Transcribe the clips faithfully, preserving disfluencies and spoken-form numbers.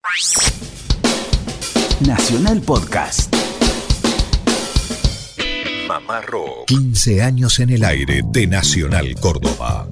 Nacional Podcast. Mamá Rock. quince años en el aire de Nacional Córdoba.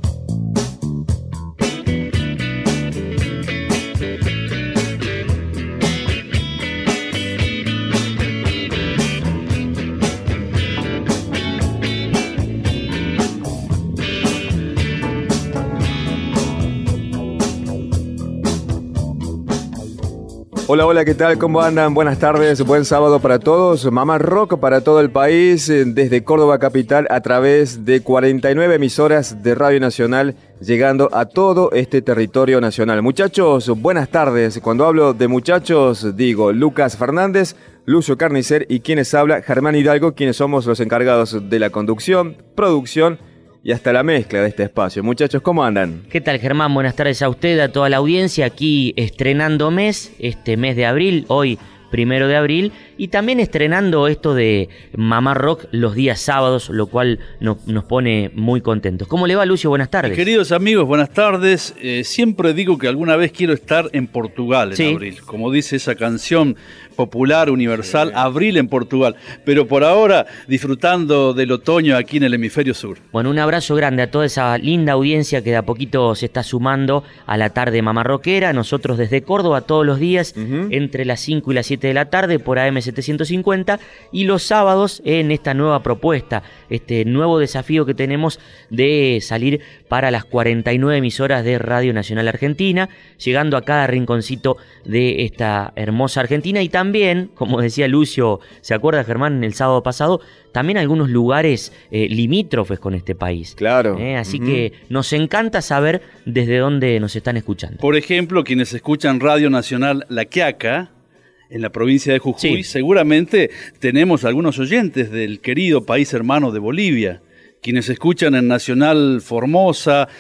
Hola, hola, ¿qué tal? ¿Cómo andan? Buenas tardes, buen sábado para todos. Mamá Rock para todo el país, desde Córdoba capital a través de cuarenta y nueve emisoras de Radio Nacional, llegando a todo este territorio nacional. Muchachos, buenas tardes. Cuando hablo de muchachos, digo Lucas Fernández, Lucio Carnicer y quienes habla, Germán Hidalgo, quienes somos los encargados de la conducción, producción y hasta la mezcla de este espacio. Muchachos, ¿cómo andan? ¿Qué tal, Germán? Buenas tardes a usted, a toda la audiencia, aquí estrenando mes, este mes de abril, hoy primero de abril, y también estrenando esto de Mamá Rock los días sábados, lo cual no, nos pone muy contentos. ¿Cómo le va, Lucio? Buenas tardes. Queridos amigos, buenas tardes. Eh, siempre digo que alguna vez quiero estar en Portugal en sí. abril, como dice esa canción popular, universal, sí. Abril en Portugal, pero por ahora disfrutando del otoño aquí en el hemisferio sur. Bueno, un abrazo grande a toda esa linda audiencia que de a poquito se está sumando a la tarde Mamá Rockera. Nosotros desde Córdoba todos los días, uh-huh. entre las cinco y las siete de la tarde por A M setecientos cincuenta, y los sábados en esta nueva propuesta, este nuevo desafío que tenemos de salir para las cuarenta y nueve emisoras de Radio Nacional Argentina, llegando a cada rinconcito de esta hermosa Argentina, y también, como decía Lucio, ¿se acuerda, Germán, el sábado pasado? También algunos lugares eh, limítrofes con este país. Claro. Eh, así uh-huh. que nos encanta saber desde dónde nos están escuchando. Por ejemplo, quienes escuchan Radio Nacional La Quiaca, en la provincia de Jujuy, sí. seguramente tenemos algunos oyentes del querido país hermano de Bolivia. Quienes escuchan en Nacional Formosa,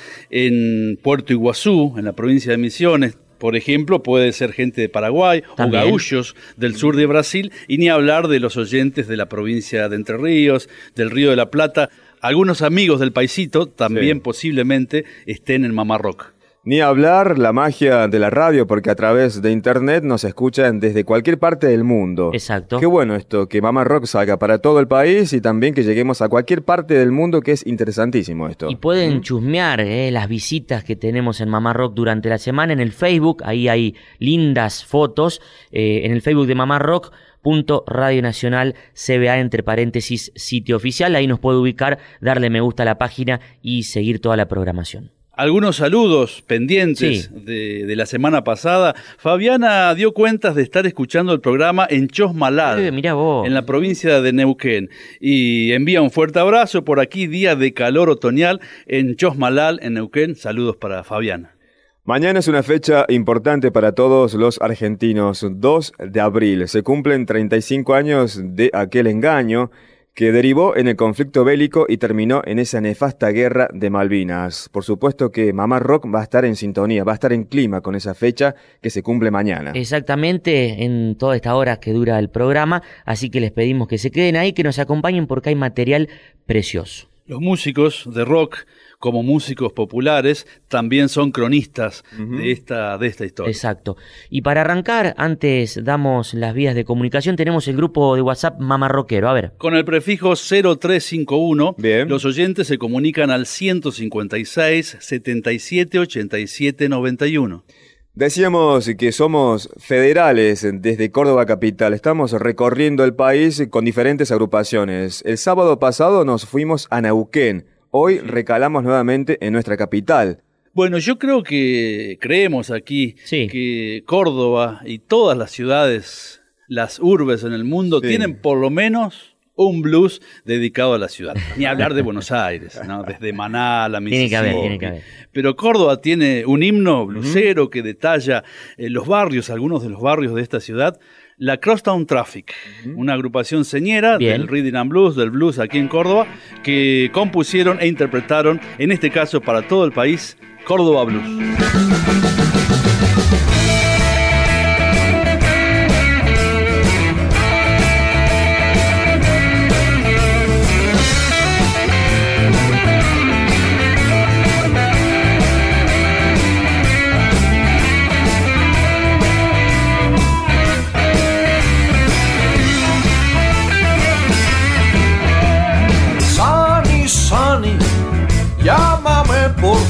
en Puerto Iguazú, en la provincia de Misiones, por ejemplo, puede ser gente de Paraguay también. O gaúchos del sur de Brasil, y ni hablar de los oyentes de la provincia de Entre Ríos, del Río de la Plata. Algunos amigos del paisito también sí. posiblemente estén en Mamá Rock. Ni hablar la magia de la radio, porque a través de internet nos escuchan desde cualquier parte del mundo. Exacto. Qué bueno esto, que Mamá Rock salga para todo el país y también que lleguemos a cualquier parte del mundo, que es interesantísimo esto. Y pueden ¿Mm? chusmear eh, las visitas que tenemos en Mamá Rock durante la semana en el Facebook. Ahí hay lindas fotos eh, en el Facebook de Mamá Rock. Punto Radio Nacional C B A entre paréntesis sitio oficial. Ahí nos puede ubicar, darle me gusta a la página y seguir toda la programación. Algunos saludos pendientes sí. de, de la semana pasada. Fabiana dio cuentas de estar escuchando el programa en Chosmalal, eh, mirá vos. en la provincia de Neuquén. Y envía un fuerte abrazo por aquí, día de calor otoñal en Chosmalal, en Neuquén. Saludos para Fabiana. Mañana es una fecha importante para todos los argentinos. dos de abril. Se cumplen treinta y cinco años de aquel engaño que derivó en el conflicto bélico y terminó en esa nefasta guerra de Malvinas. Por supuesto que Mamá Rock va a estar en sintonía, va a estar en clima con esa fecha que se cumple mañana. Exactamente, en toda esta hora que dura el programa, así que les pedimos que se queden ahí, que nos acompañen porque hay material precioso. Los músicos de rock, como músicos populares, también son cronistas uh-huh. de esta, de esta historia. Exacto. Y para arrancar, antes damos las vías de comunicación, tenemos el grupo de WhatsApp Mamá Rockero. A ver. Con el prefijo cero tres cinco uno, bien. Los oyentes se comunican al ciento cincuenta y seis, setenta y siete, ochenta y siete, noventa y uno. Decíamos que somos federales desde Córdoba capital. Estamos recorriendo el país con diferentes agrupaciones. El sábado pasado nos fuimos a Neuquén. Hoy recalamos nuevamente en nuestra capital. Bueno, yo creo que creemos aquí sí. que Córdoba y todas las ciudades, las urbes en el mundo, sí. tienen por lo menos un blues dedicado a la ciudad. Ni hablar de Buenos Aires, ¿no? Desde Maná a la Mississippi. Tiene que haber, tiene que haber. Pero Córdoba tiene un himno bluesero uh-huh. que detalla eh, los barrios, algunos de los barrios de esta ciudad. La Crosstown Traffic, uh-huh. una agrupación señera Bien. del Rhythm and Blues, del blues aquí en Córdoba, que compusieron e interpretaron, en este caso para todo el país, Córdoba Blues.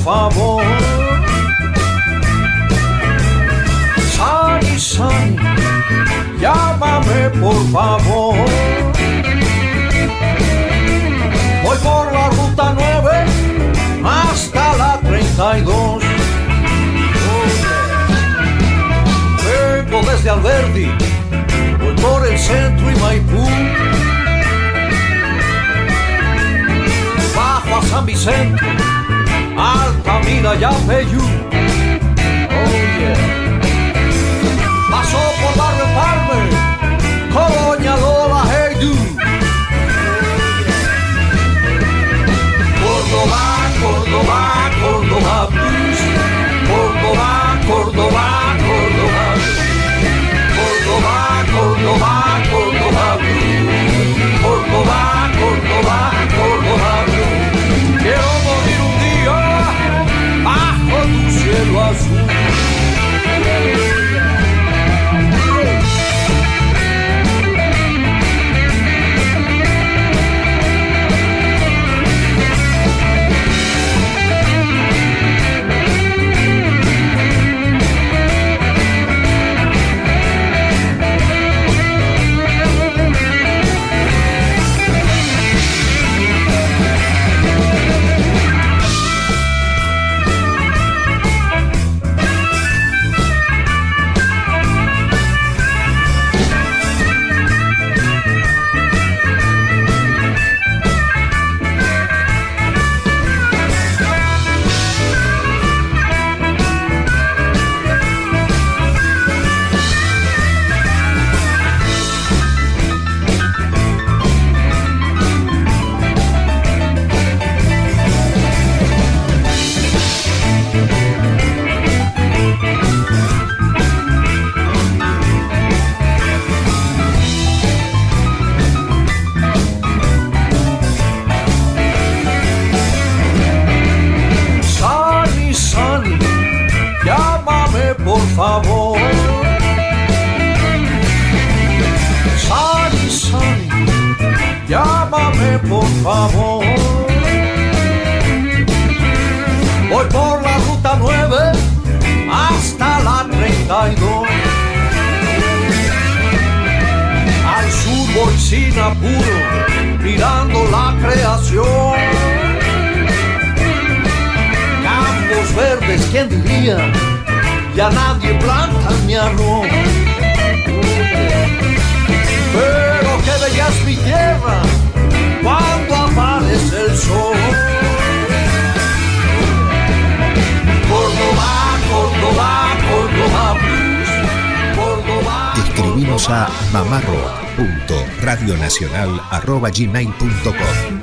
favor. Sani, Sani, llámame por favor. Voy por la ruta nueve hasta la treinta y dos. Vengo desde Alberdi, voy por el centro y Maipú. Bajo a San Vicente, Altamira y Apeyú. Oh yeah. Paso por Barrio Palme, Colonia Lola, Hey Du. Córdoba, Córdoba, Córdoba Blues. Córdoba, Córdoba, Córdoba Blues. Córdoba, Córdoba, Córdoba Blues. Córdoba, Córdoba, Córdoba Blues. Quiero morir un día bajo tu cielo azul. Por favor, Sani, Sani, llámame por favor. Voy por la ruta nueve hasta la treinta y dos. Al sur voy sin apuro, mirando la creación. Campos verdes, ¿quién diría? Ya nadie planta mi arroz. Pero qué bella es mi tierra cuando aparece el sol. Córdoba, Córdoba, Córdoba Blues. Córdoba. Escribimos a mamarro punto radionacional arroba gmail punto com.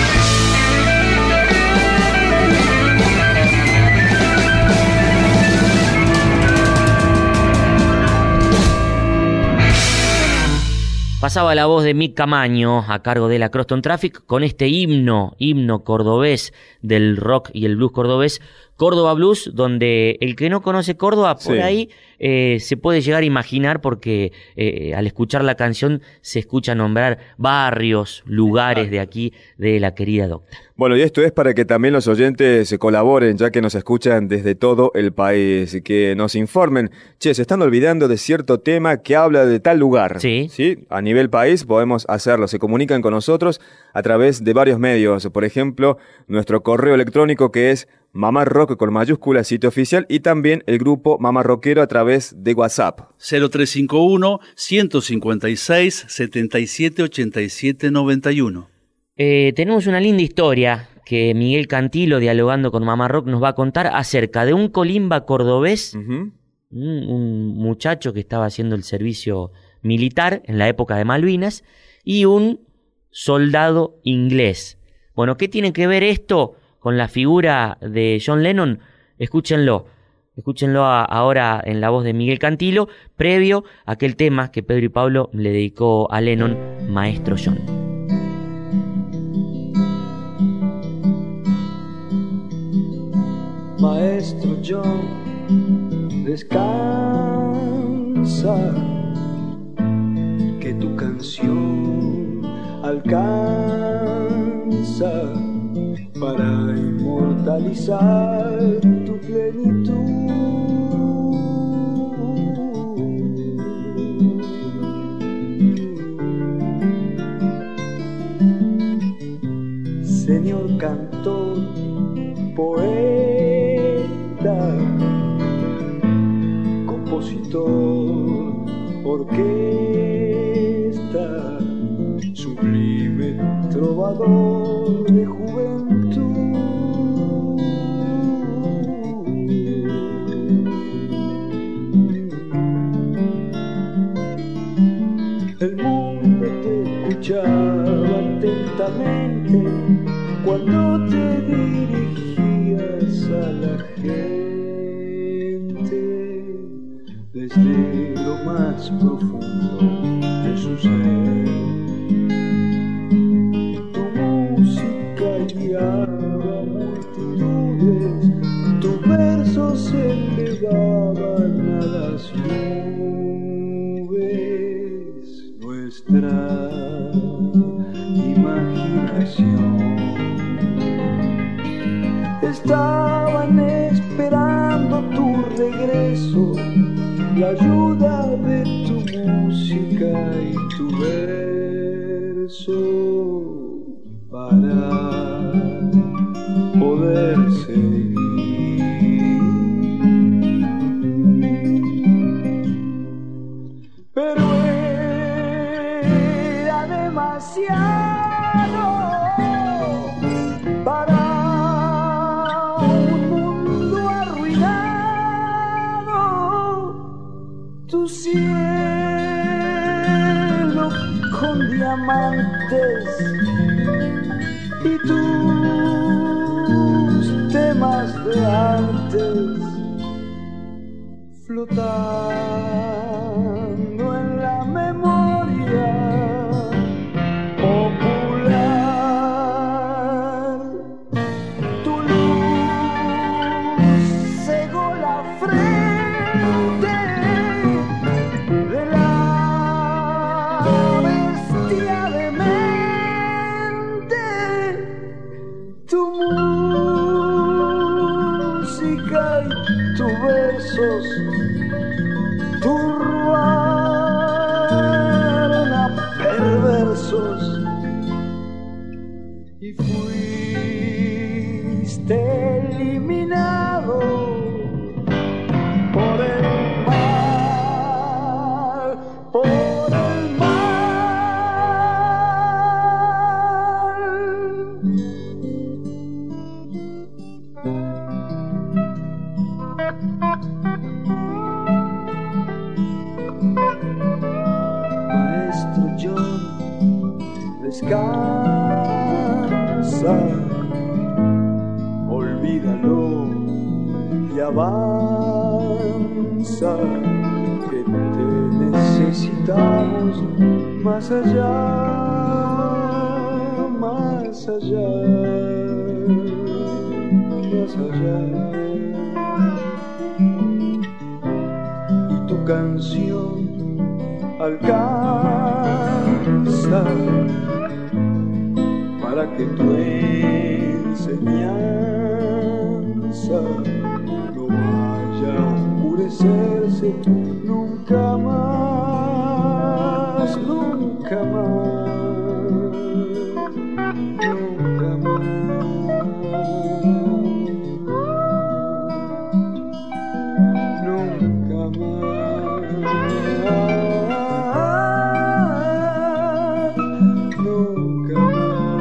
Pasaba la voz de Mick Camaño a cargo de la Crosstown Traffic con este himno, himno cordobés del rock y el blues cordobés, Córdoba Blues, donde el que no conoce Córdoba por sí. ahí eh, se puede llegar a imaginar porque eh, al escuchar la canción se escucha nombrar barrios, lugares de aquí de la querida Docta. Bueno, y esto es para que también los oyentes se colaboren, ya que nos escuchan desde todo el país, que nos informen, che, se están olvidando de cierto tema que habla de tal lugar. Sí. ¿Sí? A nivel país podemos hacerlo, se comunican con nosotros a través de varios medios, por ejemplo, nuestro correo electrónico que es mamarrock con mayúscula, sitio oficial, y también el grupo Mamarroquero a través de WhatsApp. cero tres cinco uno, ciento cincuenta y seis, setenta y siete ochenta y siete noventa y uno. Eh, tenemos una linda historia que Miguel Cantilo, dialogando con Mamarrock, nos va a contar acerca de un colimba cordobés, uh-huh. un, un muchacho que estaba haciendo el servicio militar en la época de Malvinas, y un soldado inglés. Bueno, ¿qué tiene que ver esto con la figura de John Lennon? Escúchenlo, escúchenlo a, ahora en la voz de Miguel Cantilo, previo a aquel tema que Pedro y Pablo le dedicó a Lennon, Maestro John. Maestro John, descansa, que tu canción alcanza para inmortalizar inmortalizar tu plenitud. Señor cantor, poeta, compositor, orquesta, sublime trovador de juventud. El mundo te escuchaba atentamente cuando te dirigías a la gente desde lo más profundo de su ser. Tu música guiaba multitudes, tus versos se elevaban a las nubes. Nuestra imaginación estaban esperando tu regreso, la ayuda de tu música y tu verso para poder seguir. Pero era demasiado para tu cielo con diamantes y tus temas de antes flotando en la memoria popular. Tu luz cegó la frente de la bestia demente. Tu música y tus versos turbaron a perversos y fuiste eliminado por el mal, por el Maestro John, descansa, olvídalo y avanza, que te necesitamos más allá, más allá, más allá. Y tu canción alcanza para que tu enseñanza no vaya a oscurecerse nunca más, nunca más, nunca más, nunca más, nunca más.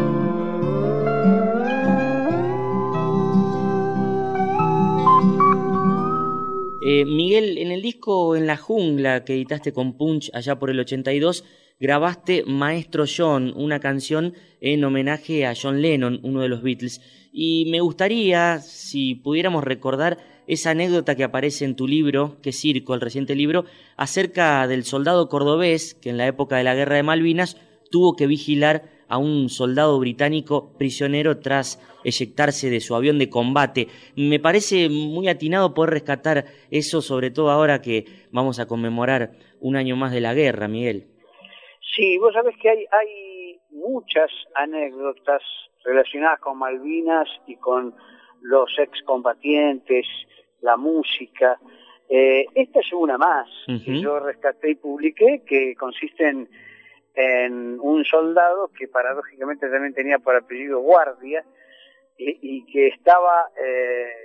Eh, Miguel, en el disco En la Jungla que editaste con Punch allá por el ochenta y dos, grabaste Maestro John, una canción en homenaje a John Lennon, uno de los Beatles. Y me gustaría, si pudiéramos recordar esa anécdota que aparece en tu libro, Que Circo, el reciente libro, acerca del soldado cordobés que en la época de la Guerra de Malvinas tuvo que vigilar a un soldado británico prisionero tras eyectarse de su avión de combate. Me parece muy atinado poder rescatar eso, sobre todo ahora que vamos a conmemorar un año más de la guerra, Miguel. Sí, vos sabés que hay, hay muchas anécdotas relacionadas con Malvinas y con los excombatientes, la música. Eh, esta es una más Uh-huh. que yo rescaté y publiqué, que consiste en, en un soldado que paradójicamente también tenía por apellido Guardia y, y que estaba eh,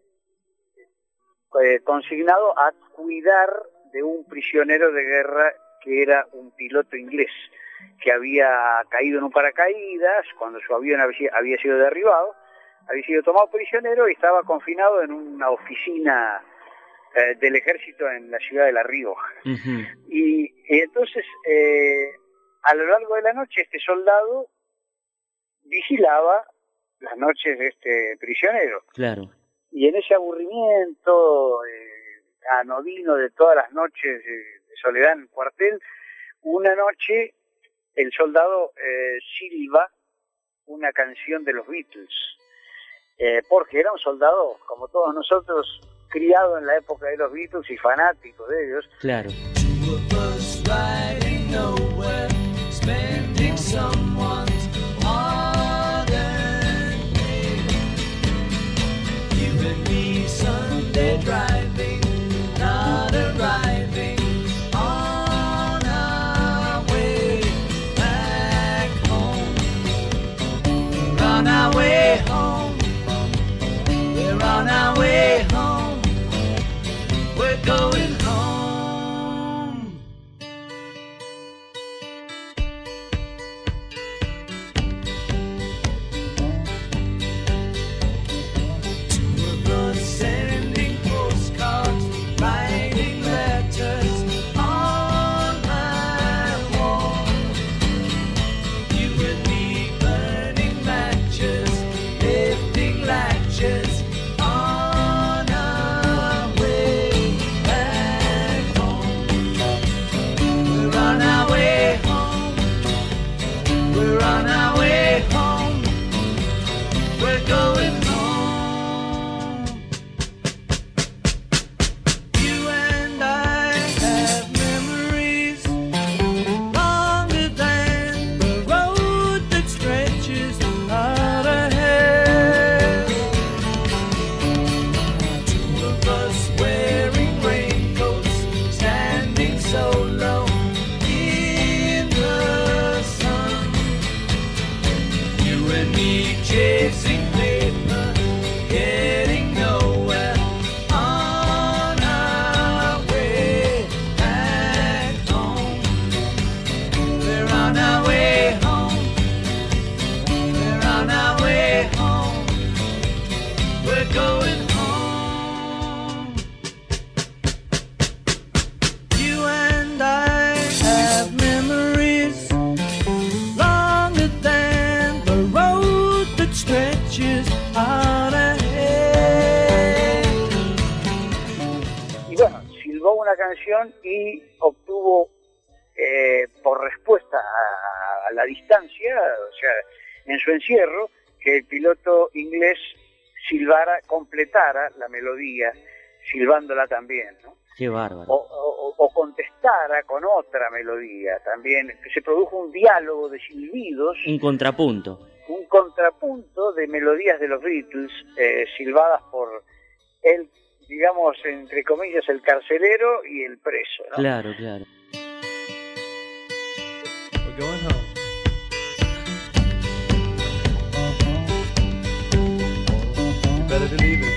eh, consignado a cuidar de un prisionero de guerra que era un piloto inglés que había caído en un paracaídas cuando su avión había, había sido derribado, había sido tomado prisionero y estaba confinado en una oficina eh, del ejército en la ciudad de La Rioja. Uh-huh. Y, y entonces, eh, a lo largo de la noche, este soldado vigilaba las noches de este prisionero. Claro. Y en ese aburrimiento eh, anodino de todas las noches de, de soledad en el cuartel, una noche el soldado eh, silba una canción de los Beatles, eh, porque era un soldado, como todos nosotros, criado en la época de los Beatles y fanático de ellos. Claro. Going home. Two of us sending postcards, writing letters on my wall. You and me burning matches, lifting latches on our way back home. We're on our way home. We're on our way home. We're going home. You and I have memories longer than the road that stretches out ahead. Two of us wearing raincoats, standing so low in the sun. You and me chasing paper, getting nowhere on our way back home. We're on our way home. We're on our way home. We're going home. You and I have memories longer than the road that stretches out ahead. Y bueno, silbó una canción y obtuvo eh, por respuesta a, a la distancia, o sea, en su encierro, que el piloto inglés silbara, completara la melodía, silbándola también, ¿no? Qué bárbaro. O, o, o contestara con otra melodía también. Se produjo un diálogo de silbidos, Un contrapunto. un contrapunto de melodías de los Beatles, eh, silbadas por el, digamos, entre comillas, el carcelero y el preso, ¿no? Claro, claro. We're going home. You better believe it.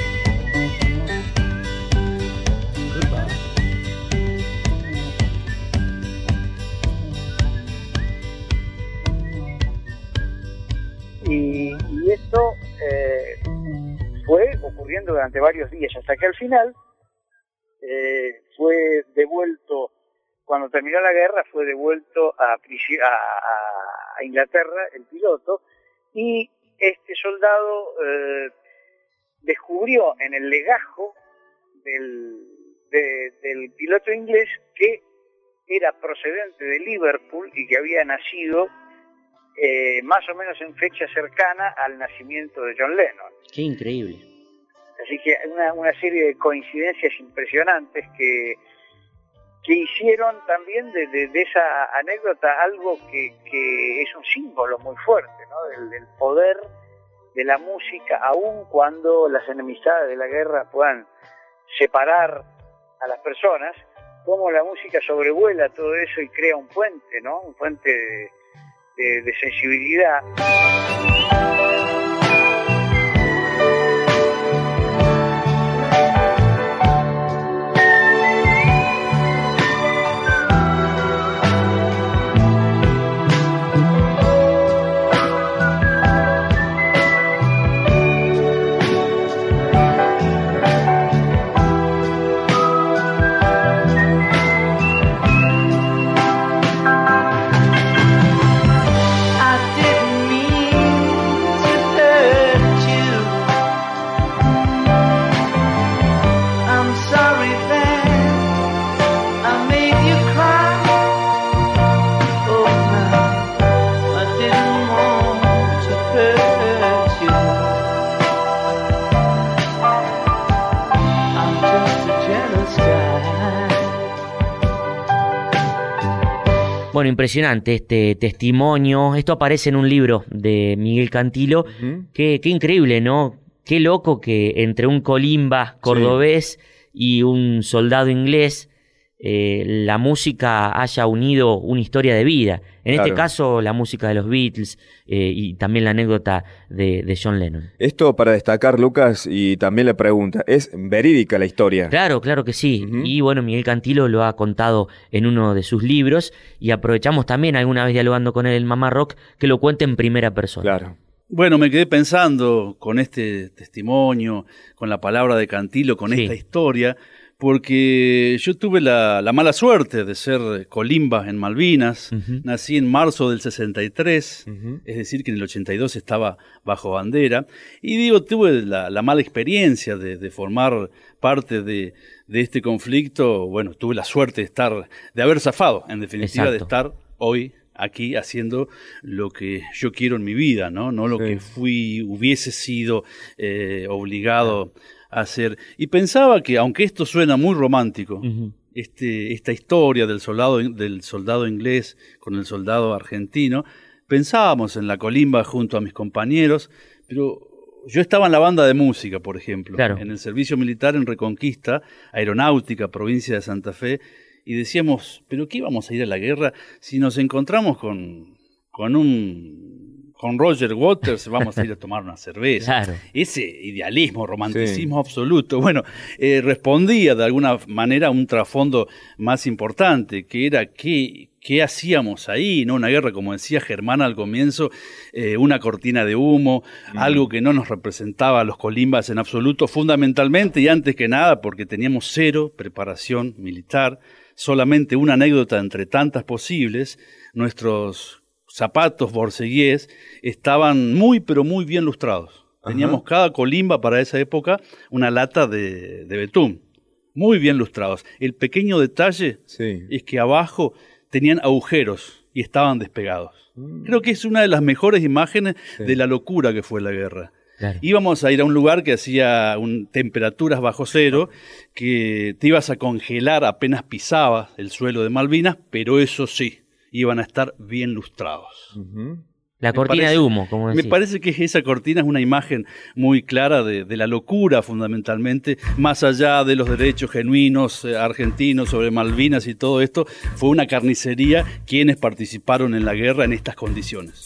Goodbye. Y, y esto eh, fue ocurriendo durante varios días, hasta que al final eh, fue devuelto, cuando terminó la guerra, fue devuelto a, prisi- a, a- a Inglaterra el piloto, y este soldado eh, descubrió en el legajo del, de- del piloto inglés que era procedente de Liverpool y que había nacido eh, más o menos en fecha cercana al nacimiento de John Lennon. Qué increíble. Así que una, una serie de coincidencias impresionantes que, que hicieron también de, de, de esa anécdota algo que, que es un símbolo muy fuerte, ¿no? Del, del poder de la música, aun cuando las enemistades de la guerra puedan separar a las personas, cómo la música sobrevuela todo eso y crea un puente, ¿no? Un puente de, de, de sensibilidad. Bueno, impresionante este testimonio. Esto aparece en un libro de Miguel Cantilo. Uh-huh. Qué, qué increíble, ¿no? Qué loco que entre un colimba cordobés sí. y un soldado inglés eh, la música haya unido una historia de vida. En claro. este caso, la música de los Beatles eh, y también la anécdota de, de John Lennon. Esto para destacar, Lucas, y también la pregunta, ¿es verídica la historia? Claro, claro que sí. Uh-huh. Y bueno, Miguel Cantilo lo ha contado en uno de sus libros y aprovechamos también, alguna vez dialogando con él en Mamá Rock, que lo cuente en primera persona. Claro. Bueno, me quedé pensando con este testimonio, con la palabra de Cantilo, con sí. esta historia, porque yo tuve la, la mala suerte de ser colimba en Malvinas. Uh-huh. Nací en marzo del sesenta y tres, uh-huh. es decir, que en el ochenta y dos estaba bajo bandera. Y digo, tuve la, la mala experiencia de, de formar parte de, de este conflicto. Bueno, tuve la suerte de estar, de haber zafado, en definitiva, Exacto. de estar hoy aquí haciendo lo que yo quiero en mi vida, ¿no? No lo sí. que fui, hubiese sido eh, obligado a hacer. Y pensaba que, aunque esto suena muy romántico, uh-huh. este, esta historia del soldado, del soldado inglés con el soldado argentino, pensábamos en la colimba junto a mis compañeros, pero yo estaba en la banda de música, por ejemplo, claro. en el servicio militar en Reconquista, Aeronáutica, provincia de Santa Fe, y decíamos, ¿pero qué íbamos a ir a la guerra si nos encontramos con, con un... con Roger Waters vamos a ir a tomar una cerveza? Claro. Ese idealismo, romanticismo sí. absoluto. Bueno, eh, respondía de alguna manera a un trasfondo más importante, que era qué, qué hacíamos ahí, ¿no? Una guerra, como decía Germán al comienzo, eh, una cortina de humo, mm. algo que no nos representaba a los colimbas en absoluto, fundamentalmente y antes que nada porque teníamos cero preparación militar, solamente una anécdota entre tantas posibles. Nuestros zapatos borceguíes estaban muy pero muy bien lustrados. Ajá. Teníamos cada colimba para esa época una lata de, de betún, muy bien lustrados. El pequeño detalle sí. es que abajo tenían agujeros y estaban despegados. Mm. Creo que es una de las mejores imágenes sí. de la locura que fue la guerra. Claro. Íbamos a ir a un lugar que hacía un, temperaturas bajo cero, que te ibas a congelar apenas pisabas el suelo de Malvinas, pero eso sí, iban a estar bien lustrados. Uh-huh. La cortina parece, de humo, como decís. Me parece que esa cortina es una imagen muy clara de, de la locura, fundamentalmente, más allá de los derechos genuinos eh, argentinos sobre Malvinas y todo esto, fue una carnicería quienes participaron en la guerra en estas condiciones.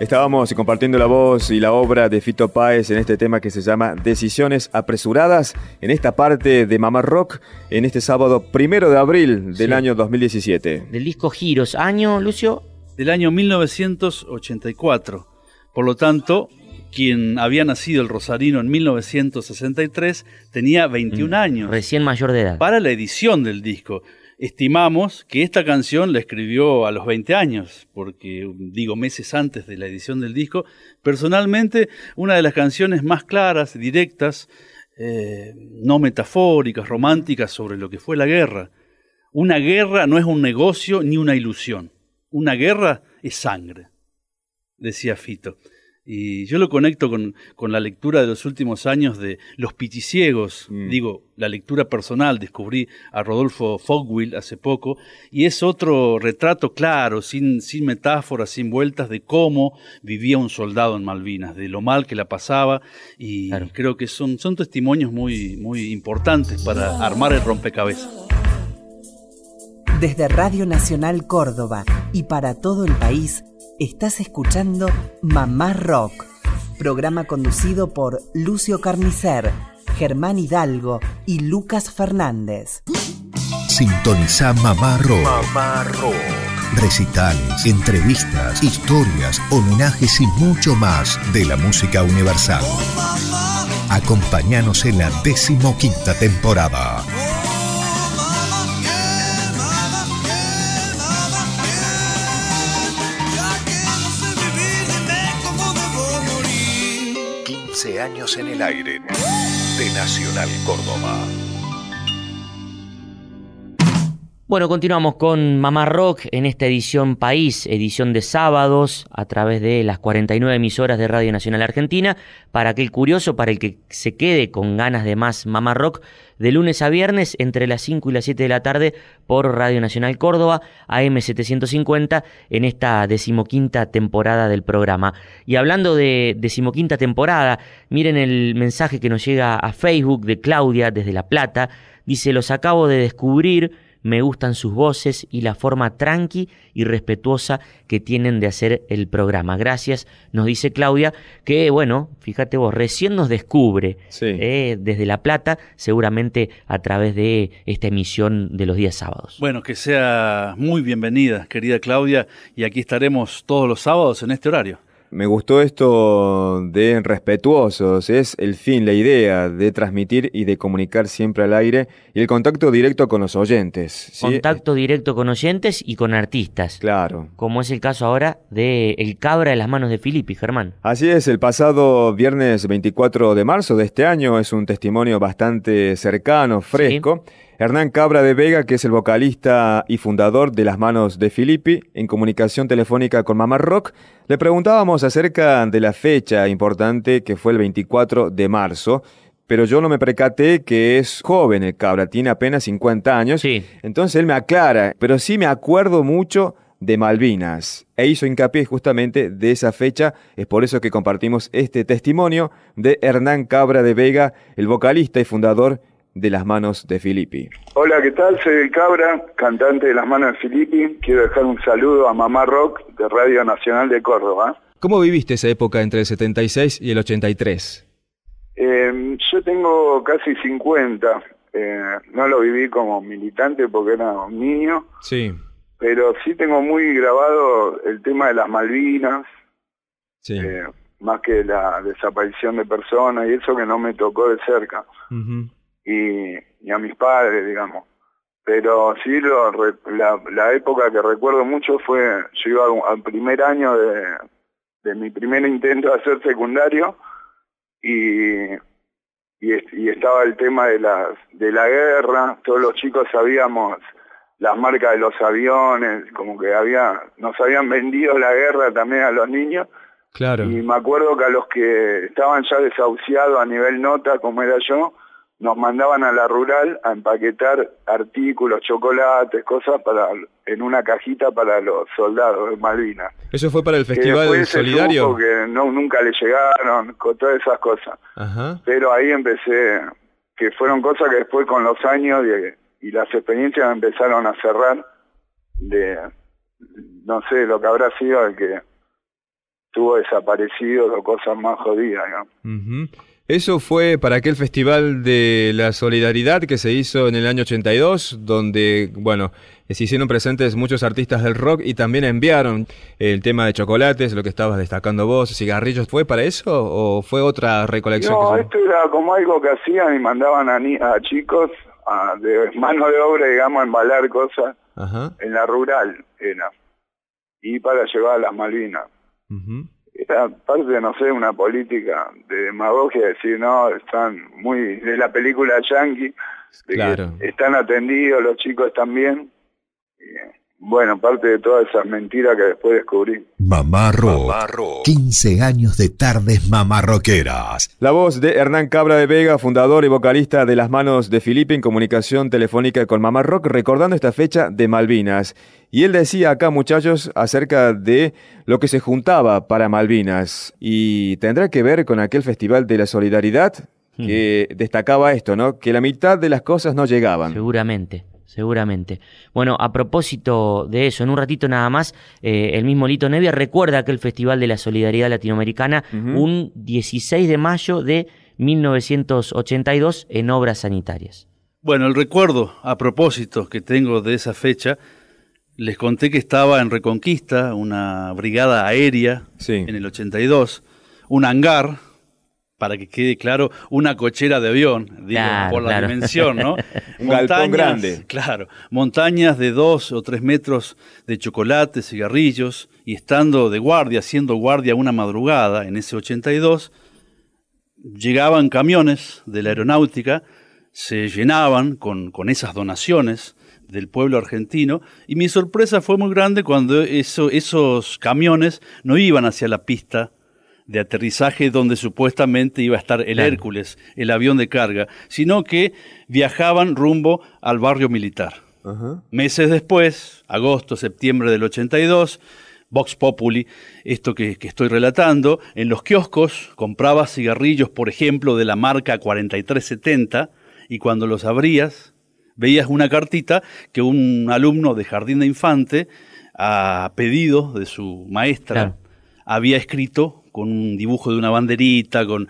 Estábamos compartiendo la voz y la obra de Fito Páez en este tema que se llama Decisiones Apresuradas, en esta parte de Mamá Rock, en este sábado primero de abril del sí. año dos mil diecisiete. Del disco Giros. ¿Año, Lucio? Del año mil novecientos ochenta y cuatro. Por lo tanto, quien había nacido el rosarino en mil novecientos sesenta y tres tenía veintiún mm, años. Recién mayor de edad. Para la edición del disco. Estimamos que esta canción la escribió a los veinte años, porque digo meses antes de la edición del disco. Personalmente, una de las canciones más claras, directas, eh, no metafóricas, románticas sobre lo que fue la guerra. Una guerra no es un negocio ni una ilusión. Una guerra es sangre, decía Fito. Y yo lo conecto con, con la lectura de los últimos años de Los Pichiciegos, mm. digo, la lectura personal. Descubrí a Rodolfo Fogwill hace poco, y es otro retrato claro, sin, sin metáforas, sin vueltas, de cómo vivía un soldado en Malvinas, de lo mal que la pasaba, y claro. creo que son, son testimonios muy, muy importantes para armar el rompecabezas. Desde Radio Nacional Córdoba y para todo el país, estás escuchando Mamá Rock, programa conducido por Lucio Carnicer, Germán Hidalgo y Lucas Fernández. Sintoniza Mamá Rock. Mamá Rock. Recitales, entrevistas, historias, homenajes y mucho más de la música universal. Acompáñanos en la decimoquinta temporada. quince años en el aire de Nacional Córdoba. Bueno, continuamos con Mamá Rock en esta edición País, edición de sábados, a través de las cuarenta y nueve emisoras de Radio Nacional Argentina. Para aquel curioso, para el que se quede con ganas de más Mamá Rock, de lunes a viernes entre las cinco y las siete de la tarde por Radio Nacional Córdoba, A M setecientos cincuenta, en esta decimoquinta temporada del programa. Y hablando de decimoquinta temporada, miren el mensaje que nos llega a Facebook de Claudia desde La Plata. Dice: los acabo de descubrir, me gustan sus voces y la forma tranqui y respetuosa que tienen de hacer el programa. Gracias, nos dice Claudia, que bueno, fíjate vos, recién nos descubre sí. eh, desde La Plata, seguramente a través de esta emisión de los días sábados. Bueno, que sea muy bienvenida, querida Claudia, y aquí estaremos todos los sábados en este horario. Me gustó esto de respetuosos, es el fin, la idea de transmitir y de comunicar siempre al aire, y el contacto directo con los oyentes. ¿sí? Contacto directo con oyentes y con artistas. Claro. Como es el caso ahora de El Cabra de las manos de Filippi, Germán. Así es, el pasado viernes veinticuatro de marzo de este año, es un testimonio bastante cercano, fresco. Sí. Hernán Cabra de Vega, que es el vocalista y fundador de Las Manos de Filippi, en comunicación telefónica con Mamá Rock, le preguntábamos acerca de la fecha importante que fue el veinticuatro de marzo, pero yo no me percaté que es joven el Cabra, tiene apenas cincuenta años, sí. Entonces él me aclara, pero sí me acuerdo mucho de Malvinas, e hizo hincapié justamente de esa fecha. Es por eso que compartimos este testimonio de Hernán Cabra de Vega, el vocalista y fundador de Las Manos de Filippi. Hola, ¿qué tal? Soy el Cabra, cantante de Las Manos de Filippi. Quiero dejar un saludo a Mamá Rock de Radio Nacional de Córdoba. ¿Cómo viviste esa época entre el setenta y seis y el ochenta y tres? Eh, yo tengo casi cincuenta. Eh, no lo viví como militante porque era un niño. Sí. Pero sí tengo muy grabado el tema de las Malvinas. Sí. Eh, más que la desaparición de personas y eso que no me tocó de cerca. Uh-huh. Y, y a mis padres, digamos. Pero sí, lo, la, la época que recuerdo mucho fue, yo iba al primer año de, de mi primer intento de hacer secundario y, y, y estaba el tema de, las, de la guerra, todos los chicos sabíamos las marcas de los aviones, como que había nos habían vendido la guerra también a los niños. Claro. Y me acuerdo que a los que estaban ya desahuciados a nivel nota, como era yo, nos mandaban a la rural a empaquetar artículos, chocolates, cosas para en una cajita para los soldados de Malvinas. ¿Eso fue para el Festival Solidario? Porque no, nunca le llegaron, con todas esas cosas. Ajá. Pero ahí empecé, que fueron cosas que después con los años y, y las experiencias empezaron a cerrar de, no sé, lo que habrá sido el que estuvo desaparecido o cosas más jodidas, digamos. Uh-huh. Eso fue para aquel Festival de la Solidaridad que se hizo en el año ochenta y dos, donde, bueno, se hicieron presentes muchos artistas del rock y también enviaron el tema de chocolates, lo que estabas destacando vos, cigarrillos. ¿Fue para eso o fue otra recolección? No, que esto era como algo que hacían y mandaban a, ni a chicos a, de mano de obra, digamos, a embalar cosas. Ajá. En la rural era. Y para llevar a las Malvinas. Uh-huh. Era parte, no sé, una política de demagogia, decir, no, están muy, de la película Yankee, de claro. que están atendidos, los chicos están bien. Y, bueno, parte de todas esas mentiras que después descubrí. Mamá Rock, Mamá Rock. quince años de tardes mamarroqueras. La voz de Hernán Cabra de Vega, fundador y vocalista de Las Manos de Felipe, en comunicación telefónica con Mamá Rock, recordando esta fecha de Malvinas. Y él decía acá, muchachos, acerca de lo que se juntaba para Malvinas. Y tendrá que ver con aquel Festival de la Solidaridad que hmm. destacaba esto, ¿no? Que la mitad de las cosas no llegaban. Seguramente. Seguramente. Bueno, a propósito de eso, en un ratito nada más, eh, el mismo Lito Nevia recuerda aquel Festival de la Solidaridad Latinoamericana, uh-huh. un dieciséis de mayo de mil novecientos ochenta y dos en Obras Sanitarias. Bueno, el recuerdo a propósito que tengo de esa fecha, les conté que estaba en Reconquista, una brigada aérea, sí. en el ochenta y dos, un hangar, para que quede claro, una cochera de avión, digo, claro, por la claro. dimensión, ¿no? Un galpón grande. Claro, montañas de dos o tres metros de chocolates, cigarrillos, y estando de guardia, haciendo guardia una madrugada en ese ochenta y dos, llegaban camiones de la aeronáutica, se llenaban con, con esas donaciones del pueblo argentino, y mi sorpresa fue muy grande cuando eso, esos camiones no iban hacia la pista de aterrizaje donde supuestamente iba a estar el claro. Hércules, el avión de carga, sino que viajaban rumbo al barrio militar. Uh-huh. Meses después, agosto, septiembre del ochenta y dos, Vox Populi, esto que, que estoy relatando, en los kioscos comprabas cigarrillos, por ejemplo, de la marca cuarenta y tres setenta, y cuando los abrías, veías una cartita que un alumno de Jardín de Infante, a pedido de su maestra, claro. había escrito con un dibujo de una banderita, con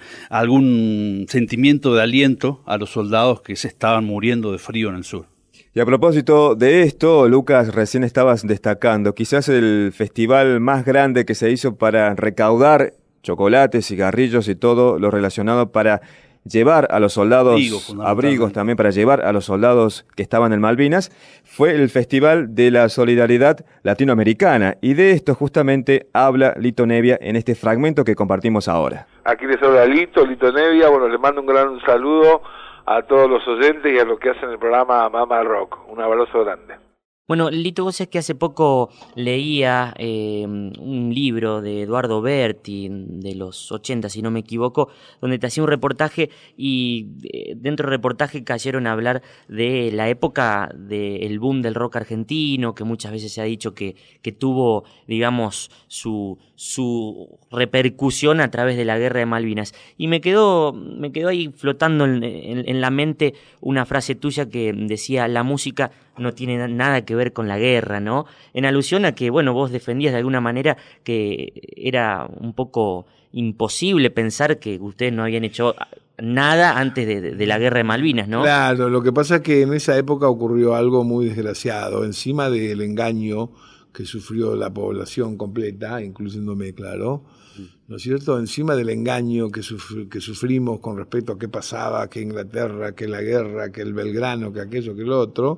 algún sentimiento de aliento a los soldados que se estaban muriendo de frío en el sur. Y a propósito de esto, Lucas, recién estabas destacando, quizás el festival más grande que se hizo para recaudar chocolates, cigarrillos y todo lo relacionado para llevar a los soldados, abrigos, abrigos también para llevar a los soldados que estaban en Malvinas, fue el Festival de la Solidaridad Latinoamericana. Y de esto justamente habla Lito Nevia en este fragmento que compartimos ahora. Aquí les habla Lito, Lito Nevia. Bueno, les mando un gran saludo a todos los oyentes y a los que hacen el programa Mamá Rock. Un abrazo grande. Bueno, Lito, vos sabés que hace poco leía eh, un libro de Eduardo Berti, de los ochenta, si no me equivoco, donde te hacía un reportaje y eh, dentro del reportaje cayeron a hablar de la época del boom del rock argentino, que muchas veces se ha dicho que, que tuvo, digamos, su, su repercusión a través de la Guerra de Malvinas. Y me quedó, me quedó ahí flotando en, en, en la mente una frase tuya que decía, la música no tiene nada que ver con la guerra, ¿no? En alusión a que, bueno, vos defendías de alguna manera que era un poco imposible pensar que ustedes no habían hecho nada antes de, de, de la guerra de Malvinas, ¿no? Claro, lo que pasa es que en esa época ocurrió algo muy desgraciado, encima del engaño que sufrió la población completa, incluyéndome, claro, ¿no es cierto? Encima del engaño que, sufri- que sufrimos con respecto a qué pasaba, que Inglaterra, que la guerra, que el Belgrano, que aquello, que lo otro,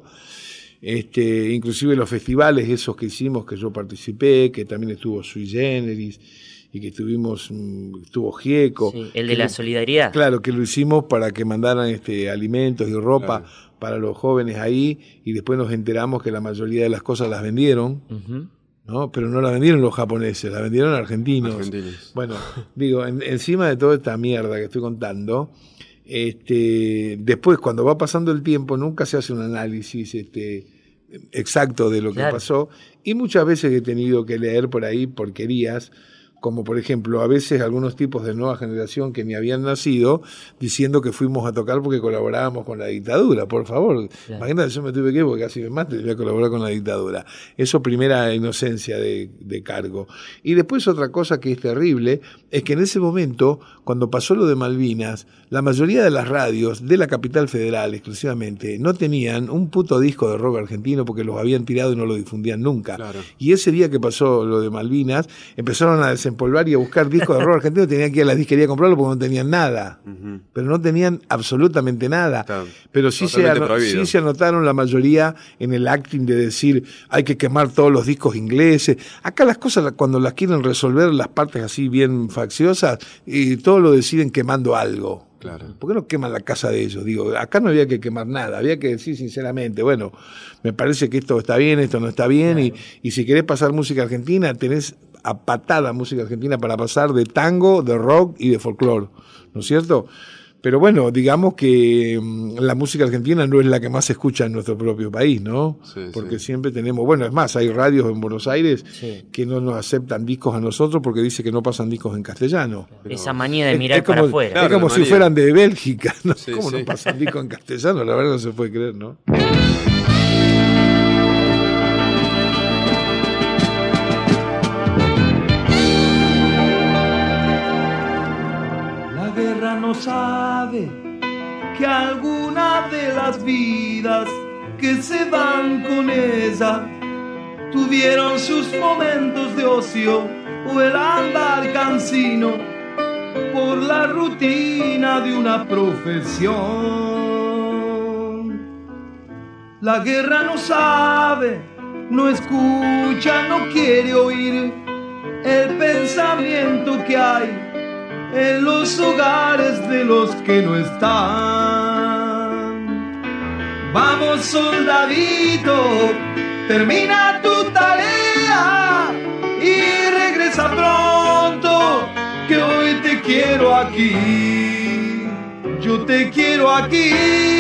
este, inclusive los festivales esos que hicimos, que yo participé, que también estuvo Sui Generis, y que estuvimos, estuvo Gieco. Sí, el de la solidaridad. Claro, que lo hicimos para que mandaran este, alimentos y ropa claro. para los jóvenes ahí, y después nos enteramos que la mayoría de las cosas las vendieron, uh-huh. ¿no? Pero no las vendieron los japoneses, las vendieron argentinos. argentinos. Bueno, digo, en, encima de toda esta mierda que estoy contando, este, después cuando va pasando el tiempo nunca se hace un análisis este, exacto de lo claro. que pasó, y muchas veces he tenido que leer por ahí porquerías como por ejemplo a veces algunos tipos de nueva generación que ni habían nacido diciendo que fuimos a tocar porque colaborábamos con la dictadura, por favor. Claro. Imagínate, yo me tuve que ir porque casi me mato y voy a colaborar con la dictadura. Eso primera inocencia de, de cargo. Y después otra cosa que es terrible es que en ese momento, cuando pasó lo de Malvinas, la mayoría de las radios de la capital federal exclusivamente no tenían un puto disco de rock argentino porque los habían tirado y no lo difundían nunca. Claro. Y ese día que pasó lo de Malvinas, empezaron a desempolvar y a buscar discos de rock argentino, tenían que ir a la disquería a comprarlo porque no tenían nada. Uh-huh. Pero no tenían absolutamente nada. Claro. Pero sí se, ano- sí se anotaron la mayoría en el acting de decir hay que quemar todos los discos ingleses. Acá las cosas, cuando las quieren resolver, las partes así bien facciosas, y todo lo deciden quemando algo. Claro. ¿Por qué no queman la casa de ellos? Digo, acá no había que quemar nada, había que decir sinceramente, bueno, me parece que esto está bien, esto no está bien, claro. y, y si querés pasar música argentina, tenés a patada música argentina para pasar de tango, de rock y de folclore, ¿no es cierto? Pero bueno, digamos que mmm, la música argentina no es la que más se escucha en nuestro propio país, ¿no? Sí, porque sí. siempre tenemos, bueno, es más, hay radios en Buenos Aires sí. que no nos aceptan discos a nosotros porque dice que no pasan discos en castellano. Pero esa manía de mirar es, es como, para afuera. Claro, es como si manía. fueran de Bélgica, ¿no? Sí, ¿Cómo sí. no pasan discos en castellano? La verdad no se puede creer, ¿no? No sabe que alguna de las vidas que se van con ella tuvieron sus momentos de ocio o el andar cansino por la rutina de una profesión. La guerra no sabe, no escucha, no quiere oír el pensamiento que hay en los hogares de los que no están. Vamos, soldadito, termina tu tarea y regresa pronto, que hoy te quiero aquí, yo te quiero aquí.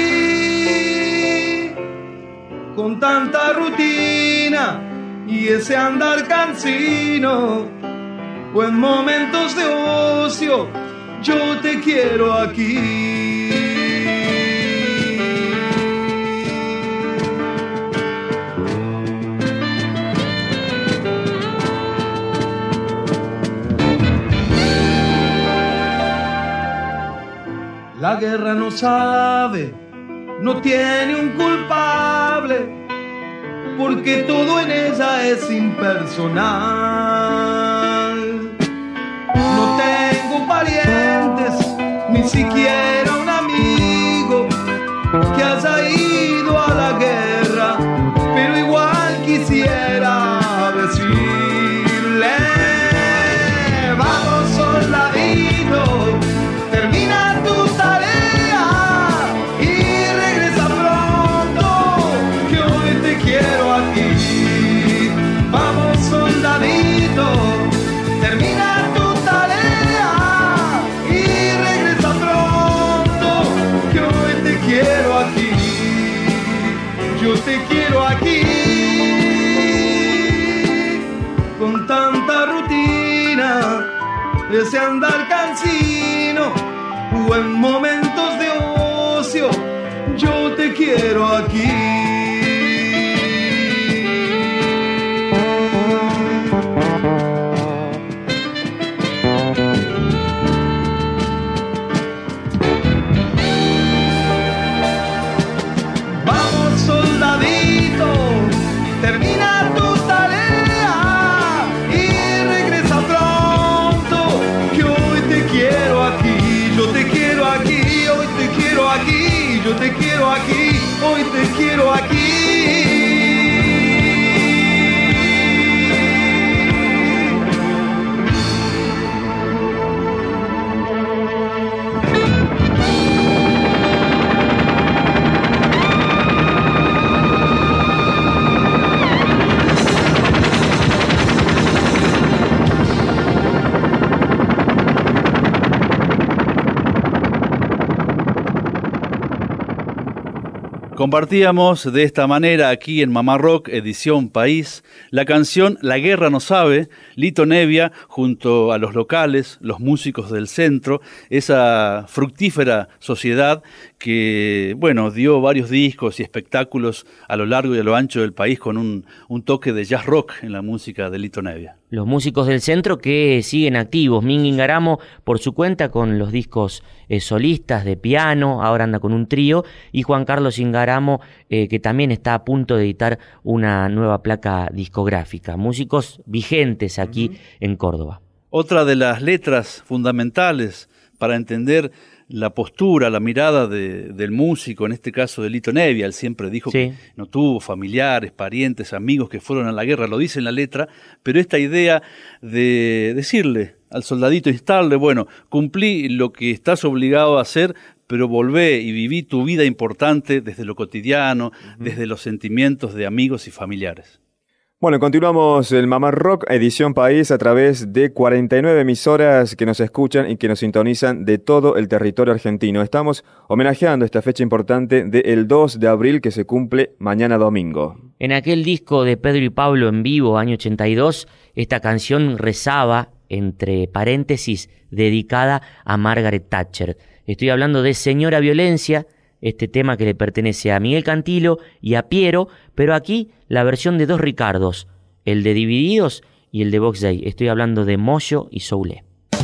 Con tanta rutina y ese andar cansino, o en momentos de ocio, yo te quiero aquí. La guerra no sabe, no tiene un culpable, porque todo en ella es impersonal. No tengo parientes, ni siquiera un amigo que haya ido a la guerra, pero igual quisiera decirle: vamos, soldadito, termina tu tarea y regresa pronto, que hoy te quiero aquí. Vamos, soldadito, termina tu yo te quiero aquí. Con tanta rutina, ese andar cansino, o en momentos de ocio, yo te quiero aquí. Termina tu tarea y regresa pronto, que hoy te quiero aquí, yo te quiero aquí, hoy te quiero aquí, yo te quiero aquí, hoy te quiero aquí. Compartíamos de esta manera aquí en Mamá Rock, edición País, la canción La Guerra No Sabe, Lito Nevia, junto a los locales, los músicos del centro, esa fructífera sociedad que, bueno, dio varios discos y espectáculos a lo largo y a lo ancho del país con un, un toque de jazz rock en la música de Lito Nevia. Los músicos del centro que siguen activos, Mingue Ingaramo por su cuenta con los discos eh, solistas de piano, ahora anda con un trío, y Juan Carlos Ingaramo eh, que también está a punto de editar una nueva placa discográfica. Músicos vigentes aquí uh-huh. en Córdoba. Otra de las letras fundamentales para entender la postura, la mirada de, del músico, en este caso de Lito Nevia. Él siempre dijo sí. que no tuvo familiares, parientes, amigos que fueron a la guerra, lo dice en la letra, pero esta idea de decirle al soldadito, instarle, bueno, cumplí lo que estás obligado a hacer, pero volvé y viví tu vida importante desde lo cotidiano, uh-huh. desde los sentimientos de amigos y familiares. Bueno, continuamos el Mamá Rock, edición País, a través de cuarenta y nueve emisoras que nos escuchan y que nos sintonizan de todo el territorio argentino. Estamos homenajeando esta fecha importante del dos de abril que se cumple mañana domingo. En aquel disco de Pedro y Pablo en vivo, año ochenta y dos, esta canción rezaba, entre paréntesis, dedicada a Margaret Thatcher. Estoy hablando de Señora Violencia, este tema que le pertenece a Miguel Cantilo y a Piero, pero aquí la versión de dos Ricardos, el de Divididos y el de Box Day. Estoy hablando de Moyo y Soulé.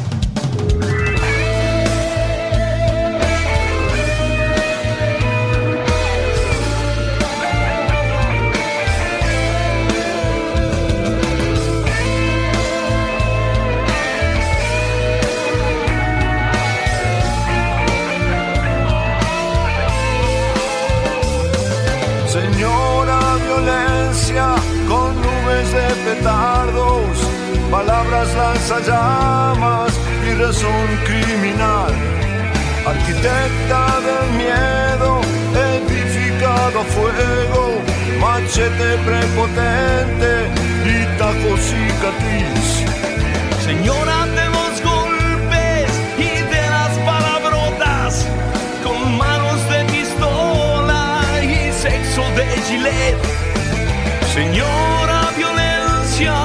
Palabras lanzallamas y razón criminal, arquitecta del miedo, edificado a fuego, machete prepotente y tajo cicatriz. Señora de los golpes y de las palabrotas, con manos de pistola y sexo de gilet. Señora violencia.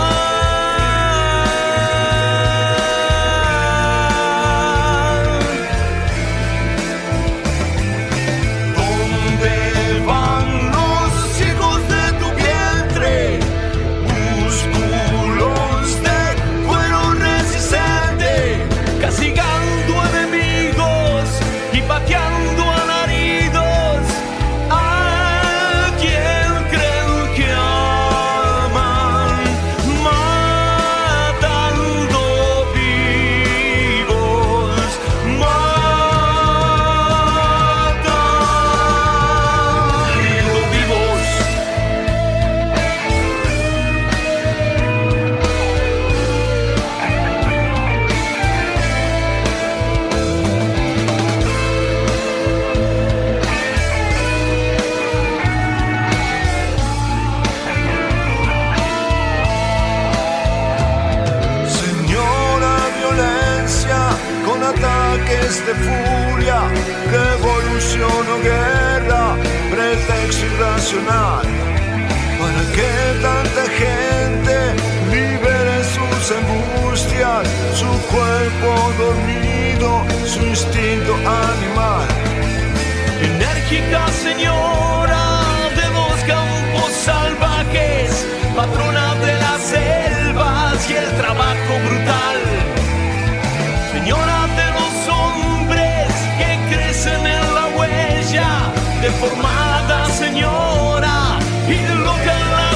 De furia, revolución o guerra, pretexto irracional, para que tanta gente libere sus angustias, su cuerpo dormido, su instinto animal. Enérgica señora de los campos salvajes, patrona de las selvas y el trabajo brutal. Señora de los hombres que crecen en la huella, deformada señora y loca en la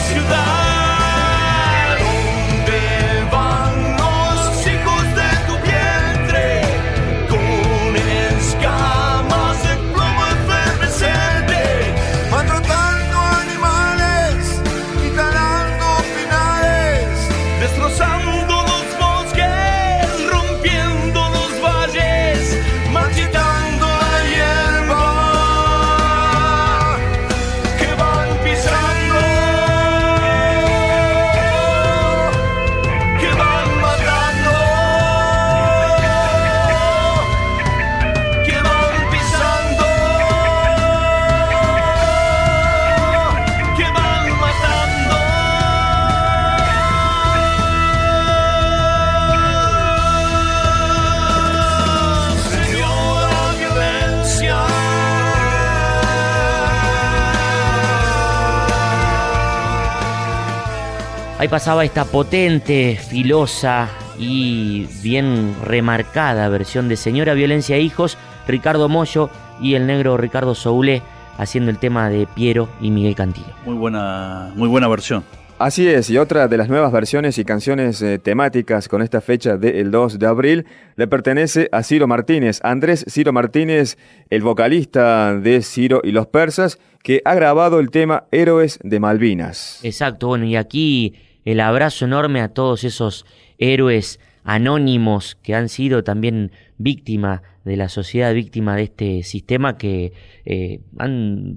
ciudad. ¿Dónde van los hijos de tu vientre? Con escamas de plomo efervescente, maltratando animales y talando pinares, destrozando marchitando la hierba. ¡Qué Ahí pasaba esta potente, filosa y bien remarcada versión de Señora Violencia e Hijos, Ricardo Mollo y el negro Ricardo Soule haciendo el tema de Piero y Miguel Cantillo. Muy buena, muy buena versión. Así es, y otra de las nuevas versiones y canciones eh, temáticas con esta fecha del dos de abril le pertenece a Ciro Martínez, Andrés Ciro Martínez, el vocalista de Ciro y los Persas, que ha grabado el tema Héroes de Malvinas. Exacto, bueno, y aquí el abrazo enorme a todos esos héroes anónimos que han sido también víctima de la sociedad, víctima de este sistema, que eh, han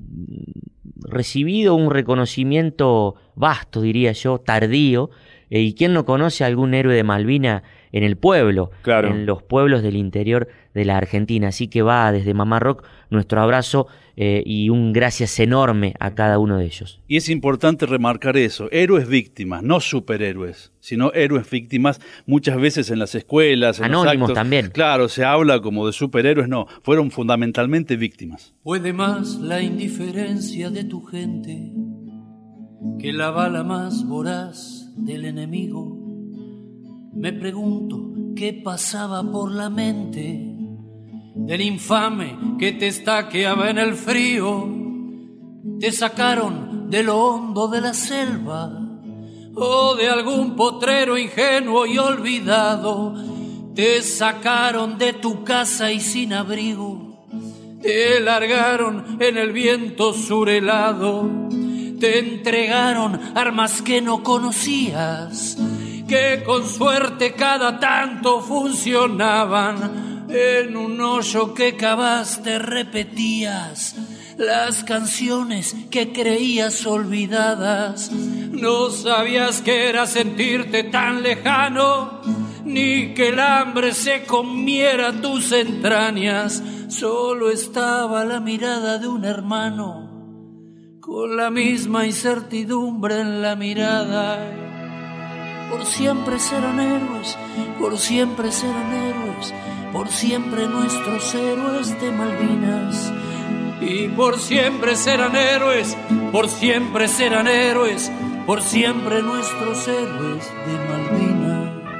recibido un reconocimiento vasto, diría yo, tardío. Eh, ¿Y quién no conoce a algún héroe de Malvina en el pueblo? Claro. En los pueblos del interior de la Argentina. Así que va desde Mamá Rock nuestro abrazo eh, y un gracias enorme a cada uno de ellos. Y es importante remarcar eso, héroes víctimas, no superhéroes, sino héroes víctimas. Muchas veces en las escuelas, en anónimos los actos, también. Claro, se habla como de superhéroes, no, fueron fundamentalmente víctimas. Puede más la indiferencia de tu gente que la bala más voraz del enemigo. Me pregunto qué pasaba por la mente del infame que te estaqueaba en el frío. Te sacaron de lo hondo de la selva o de algún potrero ingenuo y olvidado. Te sacaron de tu casa y sin abrigo, te largaron en el viento surhelado. Te entregaron armas que no conocías, que con suerte cada tanto funcionaban. En un hoyo que cavaste repetías las canciones que creías olvidadas. No sabías que era sentirte tan lejano, ni que el hambre se comiera tus entrañas. Solo estaba la mirada de un hermano, con la misma incertidumbre en la mirada. Por siempre serán héroes, por siempre serán héroes, por siempre nuestros héroes de Malvinas. Y por siempre serán héroes, por siempre serán héroes, por siempre nuestros héroes de Malvinas.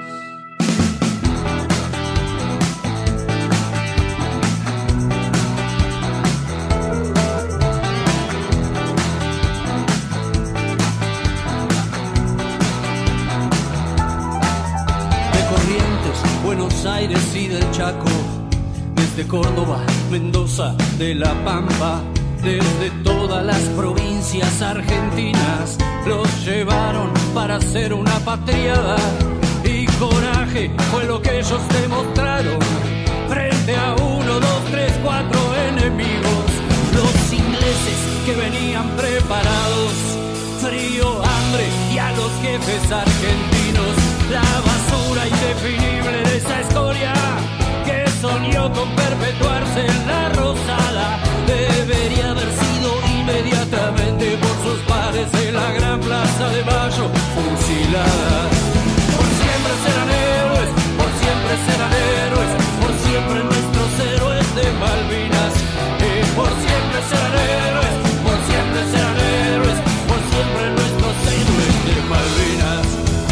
Buenos Aires y del Chaco, desde Córdoba, Mendoza, de La Pampa, desde todas las provincias argentinas, los llevaron para hacer una patriada, y coraje fue lo que ellos demostraron frente a uno, dos, tres, cuatro enemigos. Los ingleses que venían preparados, frío, hambre y a los jefes argentinos, la basura indefinible de esa escoria que soñó con perpetuarse en la Rosada, debería haber sido inmediatamente por sus pares en la gran plaza de Mayo fusilada. Por siempre serán héroes, por siempre serán héroes, por siempre nuestros héroes de Malvinas. Y por siempre serán héroes, por siempre serán héroes, por siempre nuestros héroes de Malvinas.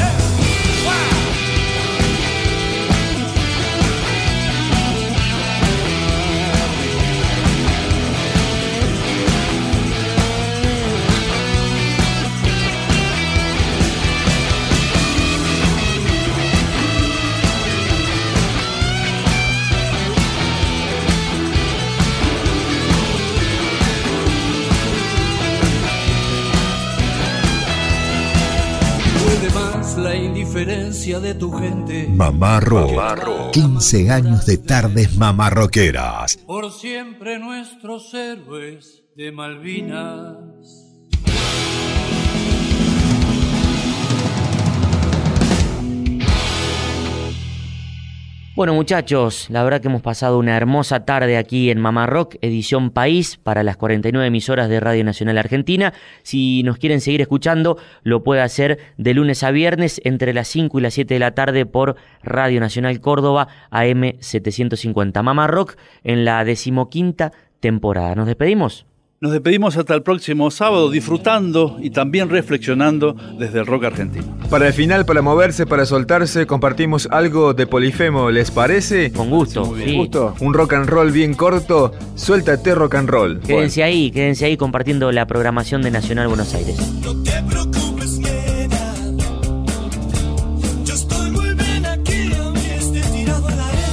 La indiferencia de tu gente. Mamá Rock, quince años de tardes mamarroqueras. Por siempre nuestros héroes de Malvinas. Bueno, muchachos, la verdad que hemos pasado una hermosa tarde aquí en Mamá Rock, edición País, para las cuarenta y nueve emisoras de Radio Nacional Argentina. Si nos quieren seguir escuchando, lo puede hacer de lunes a viernes entre las cinco y las siete de la tarde por Radio Nacional Córdoba, A M setecientos cincuenta. Mamá Rock en la decimoquinta temporada. ¿Nos despedimos? Nos despedimos hasta el próximo sábado, disfrutando y también reflexionando desde el rock argentino. Para el final, para moverse, para soltarse, compartimos algo de Polifemo, ¿les parece? Con gusto. Muy bien. Sí. Gusto. Un rock and roll bien corto, suéltate rock and roll. Quédense bueno. ahí, quédense ahí compartiendo la programación de Nacional Buenos Aires. No te preocupes, nena. Yo estoy muy bien aquí, aunque esté tirado a la arena.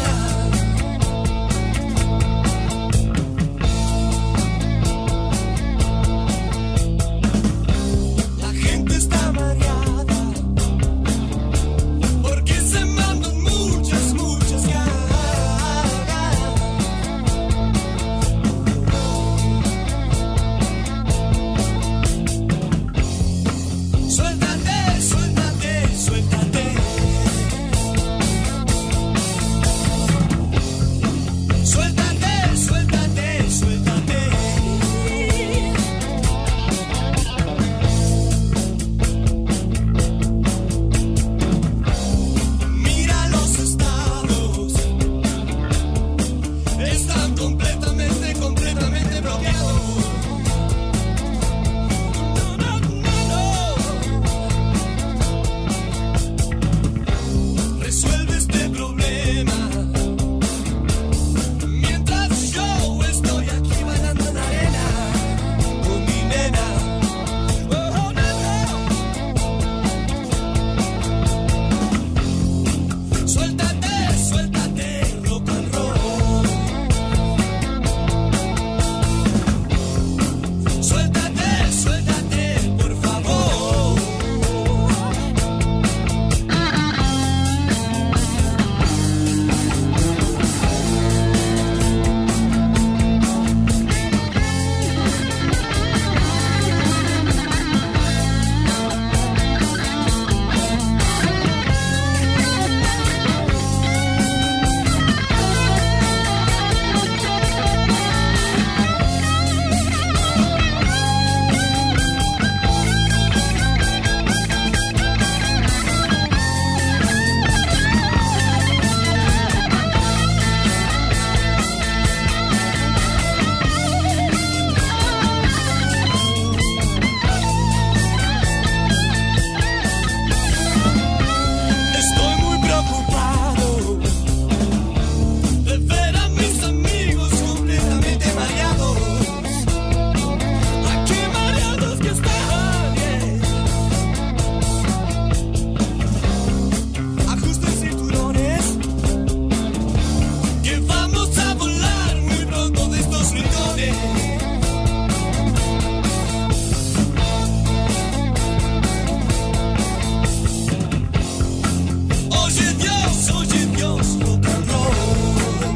La gente está mareada porque se mandan muchas, muchas ganas. Suéltate, suéltate, suéltate. Suéltate, suéltate, suéltate. Mira los estados. Están completamente, completamente bloqueados. No, no, no, no. Resuelve este problema mientras yo estoy aquí bailando en la arena con mi nena. Oh, no, no. Suéltate, suéltate, rock and roll. Suéltate, suéltate, por favor. Estoy muy preocupado de ver a mis amigos completamente mareados. Aquí mareados que están bien. Ajusten cinturones, que vamos a volar muy pronto de estos rincones. Oye Dios, oye Dios, rock and roll.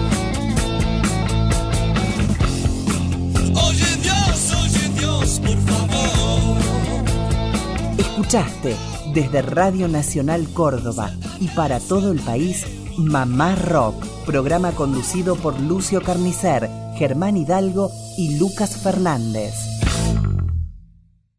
Oye Dios, oye Dios, por favor. Escuchaste desde Radio Nacional Córdoba y para todo el país, Mamá Rock, programa conducido por Lucio Carnicer, Germán Hidalgo y Lucas Fernández.